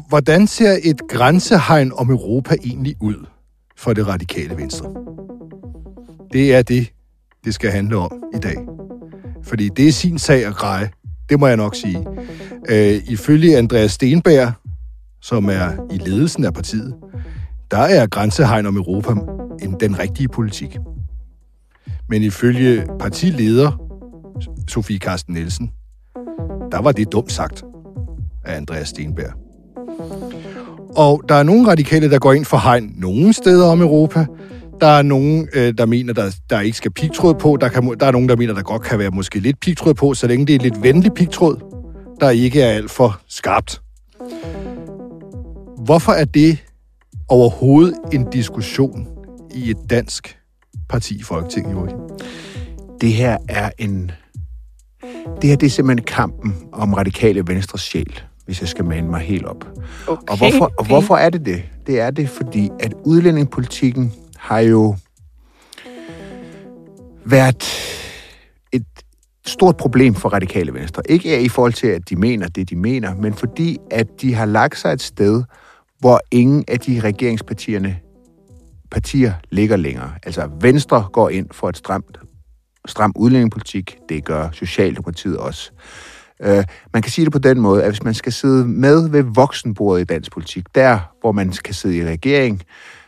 Hvordan ser et grænsehegn om Europa egentlig ud for det radikale venstre? Det er det skal handle om i dag. Fordi det er sin sag at greje. Det må jeg nok sige. Ifølge Andreas Steenberg, som er i ledelsen af partiet, der er grænsehegn om Europa den rigtige politik. Men ifølge partileder Sofie Carsten Nielsen, der var det dumt sagt af Andreas Steenberg. Og der er nogle radikale, der går ind for hegn nogle steder om Europa. Der er nogen, der mener, der ikke skal pigtråd på. Der er nogen, der mener, der godt kan være måske lidt pigtråd på, så længe det er lidt venlig pigtråd, der ikke er alt for skarpt. Hvorfor er det overhovedet en diskussion i et dansk parti i Folketinget, Joachim? Det her er simpelthen kampen om radikale venstres sjæl, hvis jeg skal mane mig helt op. Okay, og hvorfor er det det? Det er det, fordi at udlændingepolitikken har jo været et stort problem for radikale venstre. Ikke i forhold til, at de mener det, de mener, men fordi, at de har lagt sig et sted, hvor ingen af de partier ligger længere. Altså Venstre går ind for et stram udlændingepolitik. Det gør Socialdemokratiet også. Man kan sige det på den måde, at hvis man skal sidde med ved voksenbordet i dansk politik, der hvor man skal sidde i regering,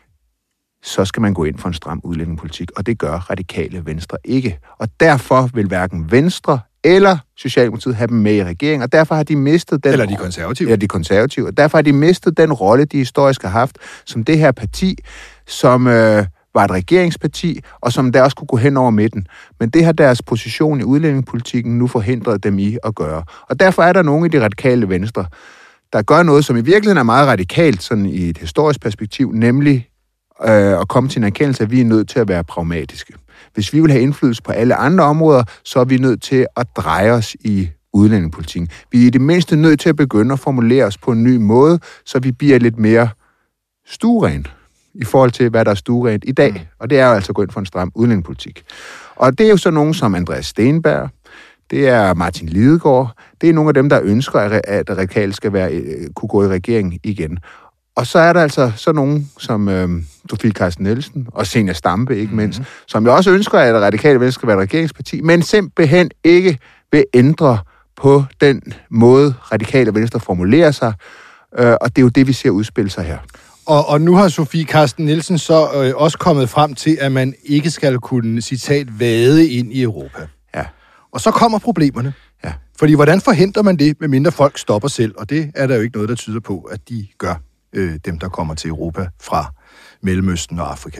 så skal man gå ind for en stram udlændingepolitik, og det gør radikale venstre ikke. Og derfor vil hverken Venstre eller Socialdemokratiet have dem med i regeringen, og derfor har de mistet den... Eller de konservative. Ja, de konservative. Og derfor har de mistet den rolle, de historisk har haft, som det her parti, som var et regeringsparti, og som der også kunne gå hen over midten. Men det har deres position i udlændingepolitikken nu forhindret dem i at gøre. Og derfor er der nogle i de radikale venstre, der gør noget, som i virkeligheden er meget radikalt, sådan i et historisk perspektiv, nemlig at komme til en erkendelse, at vi er nødt til at være pragmatiske. Hvis vi vil have indflydelse på alle andre områder, så er vi nødt til at dreje os i udlændingepolitikken. Vi er i det mindste nødt til at begynde at formulere os på en ny måde, så vi bliver lidt mere stuerent i forhold til, hvad der er stuerent i dag. Og det er jo altså at gå ind for en stram udlændingepolitik. Og det er jo så nogen som Andreas Steenberg, det er Martin Lidegaard, det er nogle af dem, der ønsker, at radikale skal kunne gå i regering igen. Og så er der altså så nogen som Sofie Carsten Nielsen og Zenia Stampe, ikke mindst, som jo også ønsker, at radikale venstre skal være et regeringsparti, men simpelthen ikke vil ændre på den måde, radikale venstre formulerer sig. Og det er jo det, vi ser udspille sig her. Og nu har Sofie Carsten Nielsen så også kommet frem til, at man ikke skal kunne, citat, vade ind i Europa. Ja. Og så kommer problemerne. Ja. Fordi hvordan forhindrer man det, medmindre folk stopper selv? Og det er der jo ikke noget, der tyder på, at de gør, dem der kommer til Europa fra Mellemøsten og Afrika.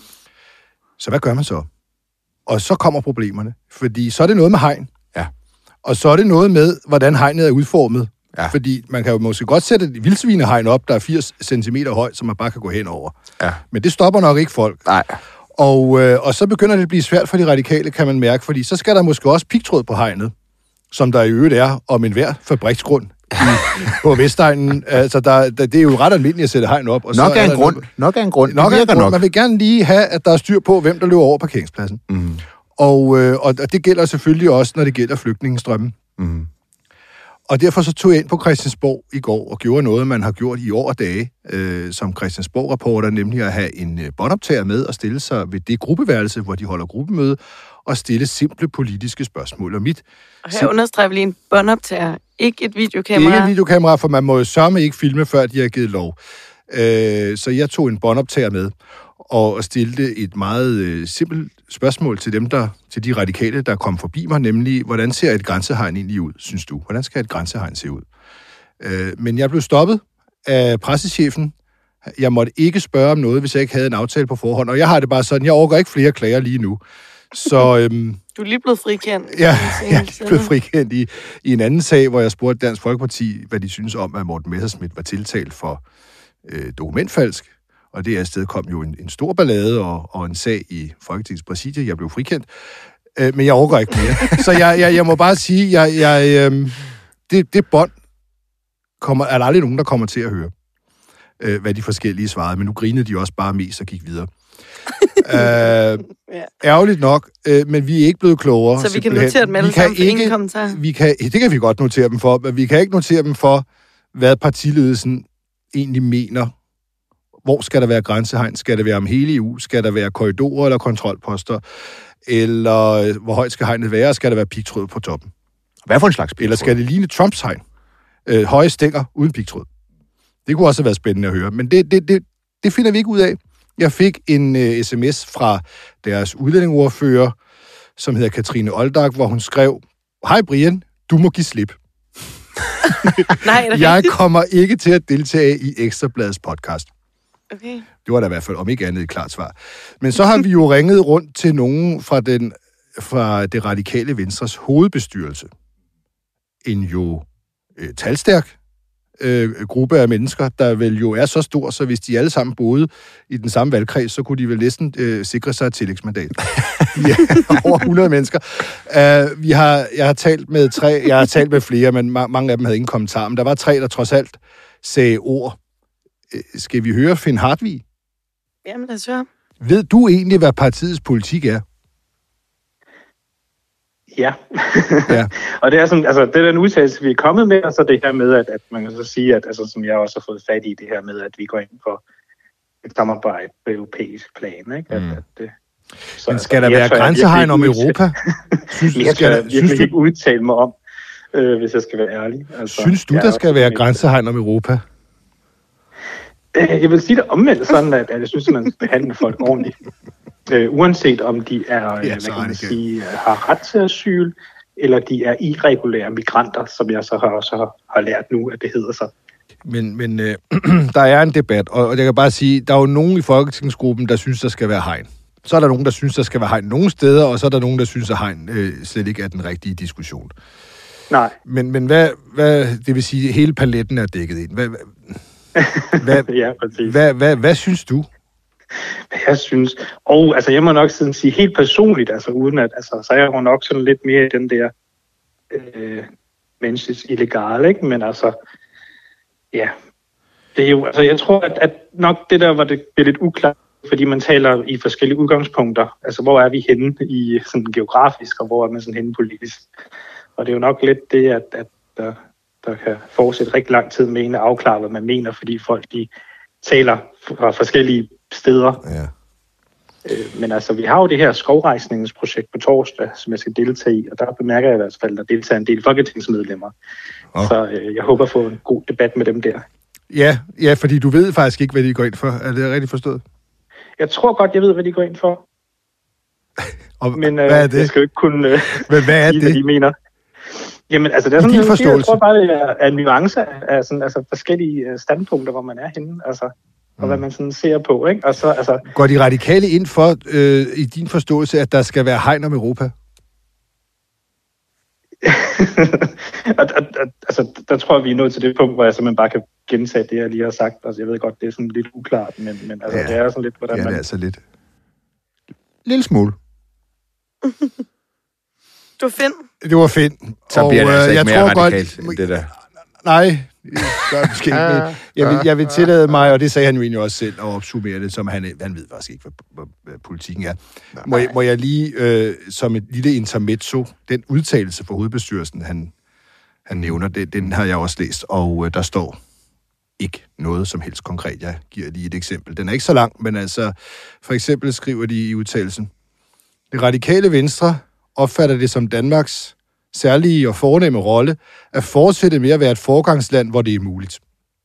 Så hvad gør man så? Og så kommer problemerne. Fordi så er det noget med hegn. Ja. Og så er det noget med, hvordan hegnet er udformet. Ja. Fordi man kan jo måske godt sætte et vildsvinehegn op, der er 80 cm højt, som man bare kan gå hen over. Ja. Men det stopper nok ikke folk. Nej. Og så begynder det at blive svært for de radikale, kan man mærke, fordi så skal der måske også pigtråd på hegnet, som der i øvrigt er om enhver fabriksgrund på Vestegnen. Altså, det er jo ret almindeligt at sætte hegn op. Og nok er en grund. Man vil gerne lige have, at der er styr på, hvem der løber over parkeringspladsen. Mm. Og det gælder selvfølgelig også, når det gælder flygtningestrømmen. Mm. Og derfor så tog jeg ind på Christiansborg i går og gjorde noget, man har gjort i år og dage, som Christiansborg-rapporter, nemlig at have en båndoptager med og stille sig ved det gruppeværelse, hvor de holder gruppemøde, og stille simple politiske spørgsmål. Og her understreger vi lige en båndoptager, ikke et videokamera. Ikke et videokamera, for man må jo sørme ikke filme, før de har givet lov. Så jeg tog en båndoptager med og stillede et meget simpelt spørgsmål til til de radikale, der kom forbi mig, nemlig, hvordan ser et grænsehegn egentlig ud, synes du? Hvordan skal et grænsehegn se ud? Men jeg blev stoppet af pressechefen. Jeg måtte ikke spørge om noget, hvis jeg ikke havde en aftale på forhånd, og jeg har det bare sådan, jeg overgår ikke flere klager lige nu. Så, du er lige blevet frikendt. Ja, jeg er lige blevet frikendt i en anden sag, hvor jeg spurgte Dansk Folkeparti, hvad de synes om, at Morten Messerschmidt var tiltalt for dokumentfalsk. Og det afsted kom jo en stor ballade og en sag i Folketingets præsidie. Jeg blev frikendt, men jeg overgår ikke mere. Så jeg må bare sige, det bånd er der aldrig nogen, der kommer til at høre, hvad de forskellige svarede. Men nu grinede de også bare mest og gik videre. Ærgerligt nok, men vi er ikke blevet klogere. Så vi kan notere dem alle sammen for ingen kommentar? Det kan vi godt notere dem for, men vi kan ikke notere dem for, hvad partiledelsen egentlig mener. Hvor skal der være grænsehegn? Skal det være om hele EU? Skal der være korridorer eller kontrolposter? Eller hvor højt skal hegnet være? Skal der være pigtråd på toppen? Hvad for en slags pigtråd? Eller skal det ligne Trumps hegn? Høje stænger uden pigtråd. Det kunne også have været spændende at høre. Men det finder vi ikke ud af. Jeg fik en sms fra deres udlændingeordfører, som hedder Katrine Oldag, hvor hun skrev, hej Brian, du må give slip. Nej, jeg kommer ikke til at deltage i Ekstrabladets podcast. Okay. Det var da i hvert fald, om ikke andet, et klart svar. Men så har vi jo ringet rundt til nogen fra det radikale Venstres hovedbestyrelse. En jo talstærk gruppe af mennesker, der vel jo er så stor, så hvis de alle sammen boede i den samme valgkreds, så kunne de vel næsten sikre sig et tillægsmandat. Ja, over 100 mennesker. Jeg har talt med flere, men mange af dem havde ingen kommentar. Men der var 3, der trods alt sagde ord. Skal vi høre Finn Hartvig? Jamen, lad os høre. Ved du egentlig, hvad partiets politik er? Ja. Og det er sådan, altså, det er den udtalelse, vi er kommet med, og så det her med, at man kan så sige, at altså, som jeg også har fået fat i, det her med, at vi går ind for et samarbejde på europæisk plan, ikke? Men skal der være grænsehegn om Europa? Jeg kan ikke udtale mig om, hvis jeg skal være ærlig. Altså, synes du, der skal være grænsehegn om Europa? Jeg vil sige det omvendt sådan, at jeg synes, at man skal behandle folk ordentligt. Uanset om de har ret til asyl, eller de er irregulære migranter, som jeg så har lært nu, at det hedder så. Men der er en debat, og jeg kan bare sige, der er jo nogen i folketingsgruppen, der synes, der skal være hegn. Så er der nogen, der synes, der skal være hegn nogle steder, og så er der nogen, der synes, at hegn slet ikke er den rigtige diskussion. Nej. Men hvad det vil sige, hele paletten er dækket ind. Ja, præcis. Hvad synes du? Jeg synes, altså jeg må nok sådan sige helt personligt, altså uden at, altså så er jeg jo nok sådan lidt mere i den der menneskets illegale, ikke? Men altså, ja, det er jo, altså jeg tror, at nok det der, hvor det bliver lidt uklart, fordi man taler i forskellige udgangspunkter, altså hvor er vi henne i sådan geografisk, og hvor er man sådan henne politisk. Og det er jo nok lidt det, at der kan fortsætte rigtig lang tid med en at afklare, hvad man mener, fordi folk de taler fra forskellige steder. Ja. Men altså, vi har jo det her skovrejsningsprojekt på torsdag, som jeg skal deltage i, og der bemærker jeg i hvert fald, at der deltager en del folketingsmedlemmer. Så jeg håber at få en god debat med dem der. Ja, fordi du ved faktisk ikke, hvad de går ind for. Er det rigtigt forstået? Jeg tror godt, jeg ved, hvad de går ind for. Men hvad er det? Jeg skal jo ikke kunne hvad er sige, hvad de mener. Jamen, altså, det er sådan, jeg tror bare, det er en nuance af sådan, altså, forskellige standpunkter, hvor man er henne, altså, og hvad man sådan ser på, ikke? Og så, altså... Går de radikale ind for, i din forståelse, at der skal være hegn om Europa? Altså, der tror jeg, vi er nået til det punkt, hvor jeg simpelthen bare kan gentage det, jeg lige har sagt. Altså, jeg ved godt, det er sådan lidt uklart, men altså, det er sådan lidt, hvordan man... Ja, det er altså lidt. Lille smule. Du var Finn. Det var Finn. Så bliver det altså ikke mere radikalt end det der. Nej, det gør måske ikke. Jeg vil tillade mig, og det sagde han jo egentlig også selv, at opsummere det, som han ved faktisk ikke, hvad politikken er. Må jeg lige, som et lille intermezzo, den udtalelse fra hovedbestyrelsen, han nævner, den har jeg også læst, og der står ikke noget som helst konkret. Jeg giver lige et eksempel. Den er ikke så lang, men altså, for eksempel skriver de i udtalelsen, det radikale Venstre opfatter det som Danmarks særlige og fornemme rolle at fortsætte med at være et foregangsland, hvor det er muligt.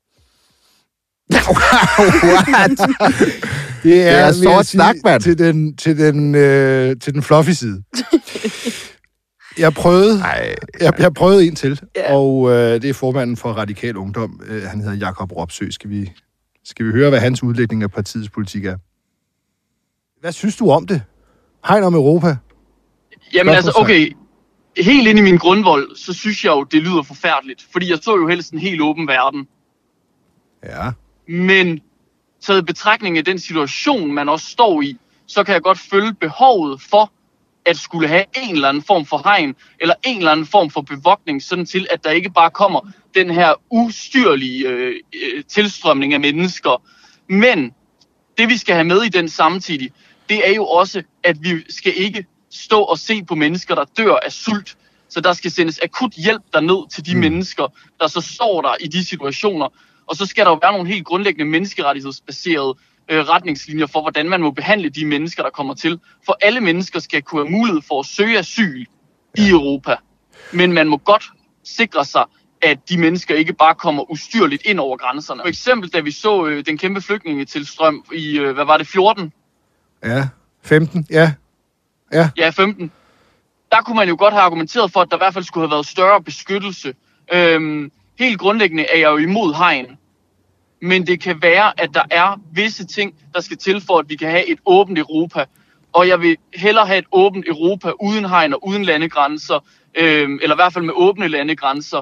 What? Det er sort snak, mand. Til den fluffy side. Jeg prøvede en til, og det er formanden for Radikal Ungdom. Han hedder Jakob Ropsø. Skal vi høre, hvad hans udlægning af partiets politik er? Hvad synes du om det? Hegn om Europa? Jamen altså, okay, helt ind i min grundvold, så synes jeg jo, det lyder forfærdeligt. Fordi jeg så jo helst en helt åben verden. Ja. Men taget betragtning af den situation, man også står i, så kan jeg godt følge behovet for at skulle have en eller anden form for hegn, eller en eller anden form for bevogtning, sådan til, at der ikke bare kommer den her ustyrlige tilstrømning af mennesker. Men det, vi skal have med i den samtidig, det er jo også, at vi skal ikke stå og se på mennesker, der dør af sult. Så der skal sendes akut hjælp derned til de mennesker, der så står der i de situationer. Og så skal der jo være nogle helt grundlæggende menneskerettighedsbaserede retningslinjer for, hvordan man må behandle de mennesker, der kommer til. For alle mennesker skal kunne have mulighed for at søge asyl i Europa. Men man må godt sikre sig, at de mennesker ikke bare kommer ustyrligt ind over grænserne. For eksempel, da vi så den kæmpe flygtningetilstrøm i, 14? Ja, 15, ja. Ja, 15. Der kunne man jo godt have argumenteret for, at der i hvert fald skulle have været større beskyttelse. Helt grundlæggende er jeg jo imod hegn. Men det kan være, at der er visse ting, der skal til for, at vi kan have et åbent Europa. Og jeg vil hellere have et åbent Europa uden hegn og uden landegrænser, eller i hvert fald med åbne landegrænser,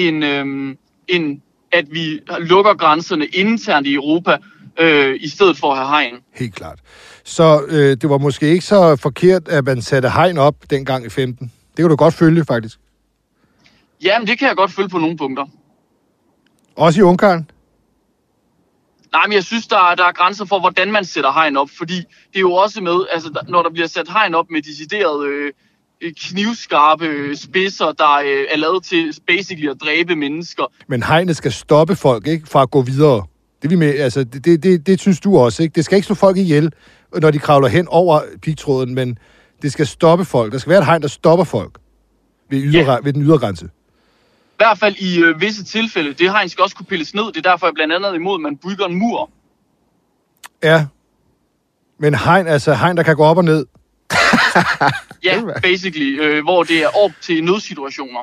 end at vi lukker grænserne internt i Europa, i stedet for at have hegn. Helt klart. Så det var måske ikke så forkert, at man satte hegn op dengang i 15. Det kan du godt følge, faktisk. Jamen, det kan jeg godt følge på nogle punkter. Også i Ungarn? Nej, men jeg synes, der er grænser for, hvordan man sætter hegn op, fordi det er jo også med, altså når der bliver sat hegn op med deciderede knivskarpe spidser, der er lavet til basically at dræbe mennesker. Men hegnet skal stoppe folk, ikke, fra at gå videre. Det, vi med, altså, det synes du også, ikke? Det skal ikke slå folk ihjel, når de kravler hen over pigtråden, men det skal stoppe folk. Der skal være et hegn, der stopper folk ved den ydre grænse. I hvert fald i visse tilfælde. Det hegn skal også kunne pilles ned. Det er derfor, jeg blandt andet imod, at man bygger en mur. Ja. Men hegn, der kan gå op og ned. Ja, basically. Hvor det er op til nødsituationer.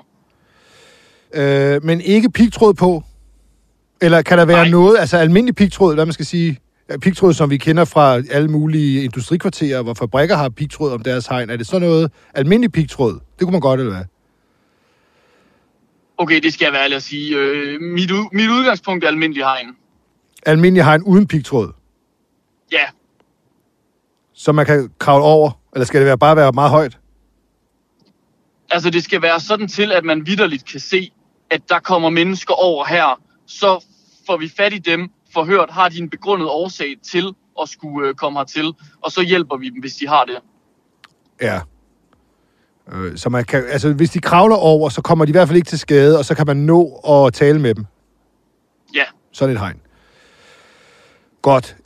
Men ikke pigtråd på? Eller kan der være noget, altså almindelig pigtråd, hvad man skal sige, pigtråd, som vi kender fra alle mulige industrikvarterer, hvor fabrikker har pigtråd om deres hegn. Er det så noget almindelig pigtråd? Det kunne man godt, eller hvad? Okay, det skal jeg være ærlig at sige. Mit udgangspunkt er almindelig hegn. Almindelig hegn uden pigtråd? Ja. Så man kan kravle over? Eller skal det bare være meget højt? Altså, det skal være sådan til, at man vitterligt kan se, at der kommer mennesker over her. Så får vi fat i dem, forhørt, har de en begrundet årsag til at skulle komme hertil, og så hjælper vi dem, hvis de har det. Ja. Så man kan, altså, hvis de kravler over, så kommer de i hvert fald ikke til skade, og så kan man nå at tale med dem. Ja. Sådan et hegn. Godt.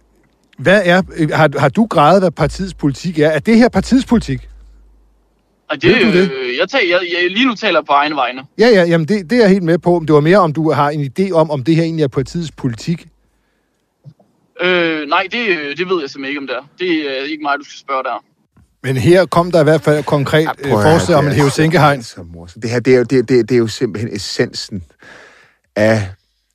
Har du grædet, hvad partiets politik er? Er det her partiets politik? Og det, jeg lige nu taler på egne vegne. Ja, jamen det er jeg helt med på. Det var mere, om du har en idé om det her egentlig er partiets politik. Nej, det ved jeg simpelthen ikke, om det er. Det er ikke mig, du skal spørge der. Men her kom der i hvert fald konkret forslag om en hæve-sænke-hegn. Det her, det er jo simpelthen essensen af,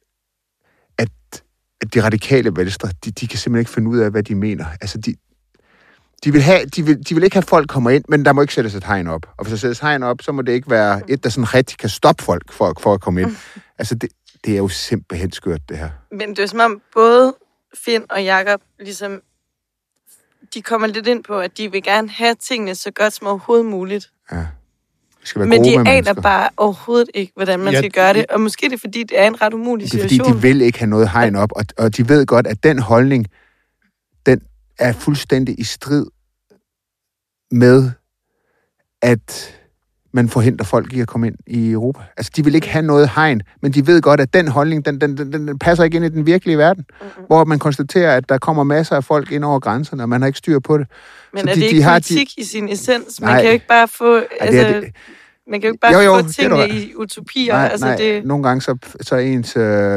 at de radikale venstre, de kan simpelthen ikke finde ud af, hvad de mener. Altså, de vil ikke have folk kommer ind, men der må ikke sættes et hegn op. Og hvis der sættes hegn op, så må det ikke være et, der sådan rigtig kan stoppe folk for at komme ind. Altså, det er jo simpelthen skørt, det her. Men det er som om både Finn og Jakob ligesom, de kommer lidt ind på, at de vil gerne have tingene så godt som overhovedet muligt. Ja. Men de aner bare overhovedet ikke, hvordan man skal gøre det. Og måske det er, fordi det er en ret umulig situation. Det er, fordi de vil ikke have noget hegn op, og de ved godt, at den holdning, den er fuldstændig i strid med, at man forhindrer folk i at komme ind i Europa. Altså, de vil ikke have noget hegn, men de ved godt, at den holdning, den passer ikke ind i den virkelige verden, hvor man konstaterer, at der kommer masser af folk ind over grænserne, og man har ikke styr på det. Men så er det ikke politik i sin essens? Man kan jo ikke bare få... Man kan jo ikke bare få tingene i utopier. Nej. Nogle gange så ens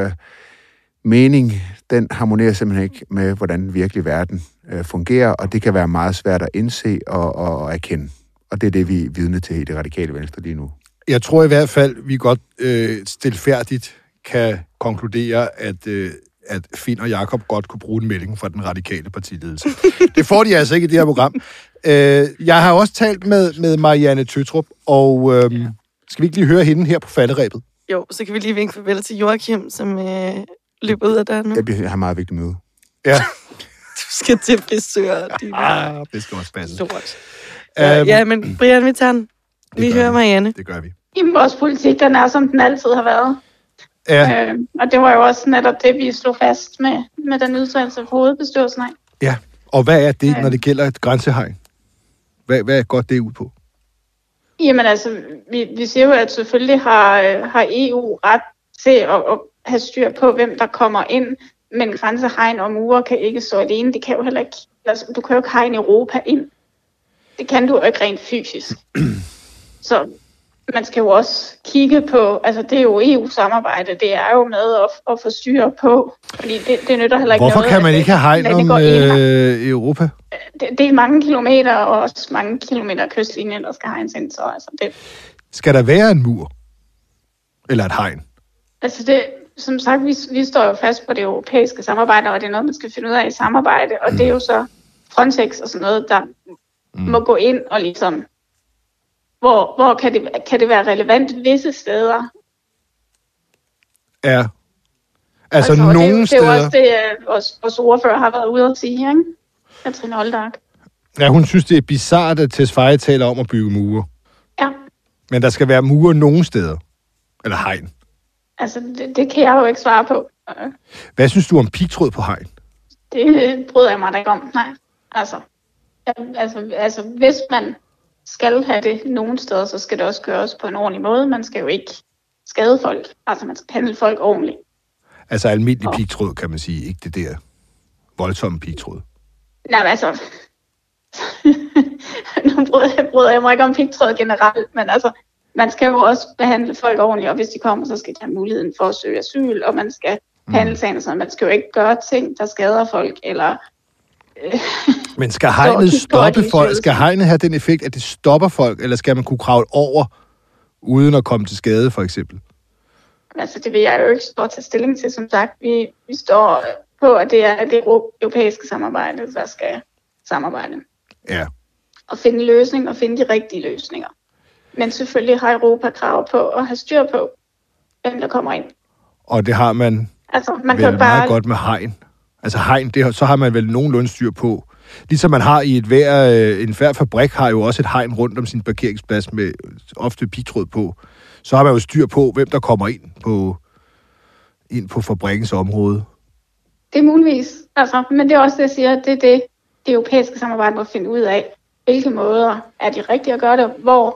mening, den harmonerer simpelthen ikke med, hvordan den virkelige verden fungerer, og det kan være meget svært at indse og erkende. Og det er det, vi er vidne til i det radikale venstre lige nu. Jeg tror i hvert fald, vi godt stilfærdigt kan konkludere, at Finn og Jakob godt kunne bruge en melding fra den radikale partiledelse. Det får de altså ikke i det her program. Jeg har også talt med Marianne Tøttrup, og skal vi ikke lige høre hende her på falderebet? Jo, så kan vi lige vinke farvel til Joachim, som løber ud af døren nu. Jeg har meget vigtigt møde. Ja. Du skal til frisør. Det skal også passe. Ja, men Brian, vi tager den. Vi hører Marianne. Det gør vi. Jamen, vores politik, den er, som den altid har været. Ja. Og det var jo også netop det, vi slog fast med den udtalelse for hovedbestyrelsen af. Ja, og hvad er det, når det gælder et grænsehegn? Hvad går det ud på? Jamen altså, vi siger jo, at selvfølgelig har EU ret til have styr på, hvem der kommer ind. Men grænsehegn og mure kan ikke stå alene. Det kan jo heller ikke, altså, du kan jo ikke hegne Europa ind. Det kan du jo ikke rent fysisk. Så man skal jo også kigge på, altså det er jo EU-samarbejde, det er jo med at få styr på, fordi det nytter heller ikke Hvorfor noget. Hvorfor kan man ikke have hegn om Europa? Det er mange kilometer, og også mange kilometer kystlinje, der skal hegnes ind, så altså det... Skal der være en mur? Eller et hegn? Altså det, som sagt, vi står jo fast på det europæiske samarbejde, og det er noget, man skal finde ud af i samarbejde, og det er jo så Frontex og sådan noget, der må gå ind og ligesom... Hvor kan det være relevant visse steder? Ja. Altså nogle steder... Det er jo også det, vores ordfører har været ude at sige, ikke? Katrine Olldag. Ja, hun synes, det er bizarrt, at Tesfaye taler om at bygge mure. Ja. Men der skal være mure nogle steder. Eller hegn. Altså, det kan jeg jo ikke svare på. Hvad synes du om pigtråd på hegn? Det bryder jeg mig da ikke om, nej. Altså, hvis man skal have det nogle steder, så skal det også gøres på en ordentlig måde. Man skal jo ikke skade folk. Altså, man skal behandle folk ordentligt. Altså almindelig pigtråd, kan man sige. Ikke det der voldsomme pigtråd. Nej, men altså... nu bryder jeg mig ikke om pigtråd generelt, men altså, man skal jo også behandle folk ordentligt, og hvis de kommer, så skal de have muligheden for at søge asyl, og man skal behandle sagen sådan. Man skal jo ikke gøre ting, der skader folk, eller... Men skal hegnet stoppe folk? Skal hegnet have den effekt, at det stopper folk, eller skal man kunne kravle over, uden at komme til skade, for eksempel? Altså, det vil jeg jo ikke stå at tage stilling til, som sagt. Vi står på, at det er det europæiske samarbejde, der skal samarbejde. Ja. Og finde løsninger, og finde de rigtige løsninger. Men selvfølgelig har Europa krav på at have styr på, hvem der kommer ind. Og det har man, altså, man vel kan bare... meget godt med hegn. Altså hegn, så har man vel nogenlunde styr på. Ligesom man har i enhver fabrik, har jo også et hegn rundt om sin parkeringsplads med ofte pigtråd på. Så har man jo styr på, hvem der kommer ind på fabrikkens område. Det er muligvis. Altså, men det er også det, jeg siger, det er det europæiske samarbejde må finde ud af, hvilke måder er de rigtige at gøre det,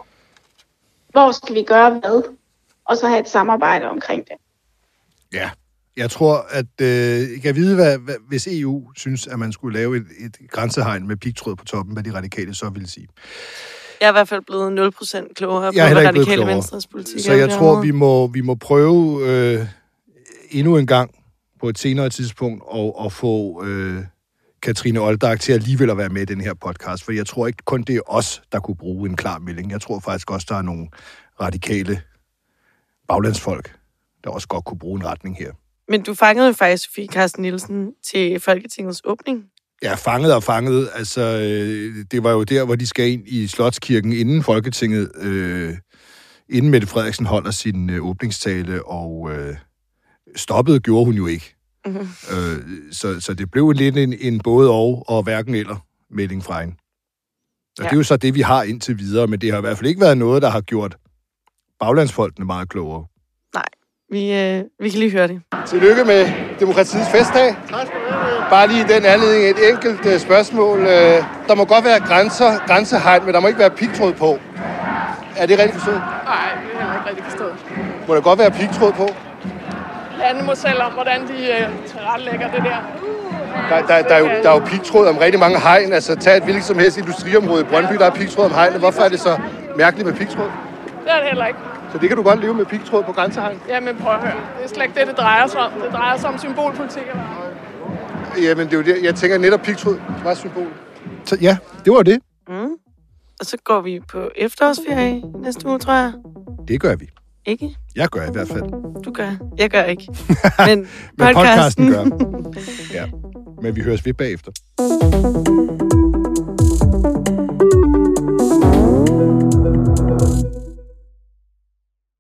hvor skal vi gøre hvad, og så have et samarbejde omkring det. Ja. Jeg tror, at jeg kan vide, hvis EU synes, at man skulle lave et grænsehegn med pigtråd på toppen, hvad de radikale så ville sige. Jeg er i hvert fald blevet 0% klogere på radikale venstres politik. Så jeg tror, vi må prøve endnu en gang på et senere tidspunkt at få Katrine Olldag til alligevel at være med i den her podcast, for jeg tror ikke kun det er os, der kunne bruge en klar melding. Jeg tror faktisk også, der er nogle radikale baglandsfolk, der også godt kunne bruge en retning her. Men du fangede jo faktisk Sofie Carsten Nielsen til Folketingets åbning. Ja, fanget. Altså, det var jo der, hvor de skal ind i Slotskirken inden Folketinget, inden Mette Frederiksen holder sin åbningstale, og stoppet gjorde hun jo ikke. Mm-hmm. Så det blev lidt en både og hverken eller melding fra hende. Og det er jo så det, vi har indtil videre, men det har i hvert fald ikke været noget, der har gjort baglandsfolkene meget klogere. Nej, vi kan lige høre det. Tillykke med demokratiets festdag. Tak skal du have. Bare lige den anledning et enkelt spørgsmål. Der må godt være grænsehegn, men der må ikke være pigtråd på. Er det rigtigt forstået? Nej, det er heller ikke rigtigt forstået. Må der godt være pigtråd på? Lande må selv om, hvordan de tilrettelægger det der. Der er jo pigtråd om rigtig mange hegn. Altså, tag et hvilket som helst industriområde i Brøndby, der er pigtråd om hegnet. Hvorfor er det så mærkeligt med pigtråd? Det er det heller ikke. Så det kan du godt leve med pigtråd på grænsehegn? Jamen prøv at høre. Det er slet ikke det drejer sig om. Det drejer sig om symbolpolitik. Jamen det er jo det. Jeg tænker netop pigtråd var symbol. Så ja, det var det. Mm. Og så går vi på efterårsferie næste uge, tror jeg. Det gør vi. Ikke? Jeg gør i hvert fald. Du gør. Jeg gør ikke. Men podcasten gør. Ja. Men vi høres ved bagefter.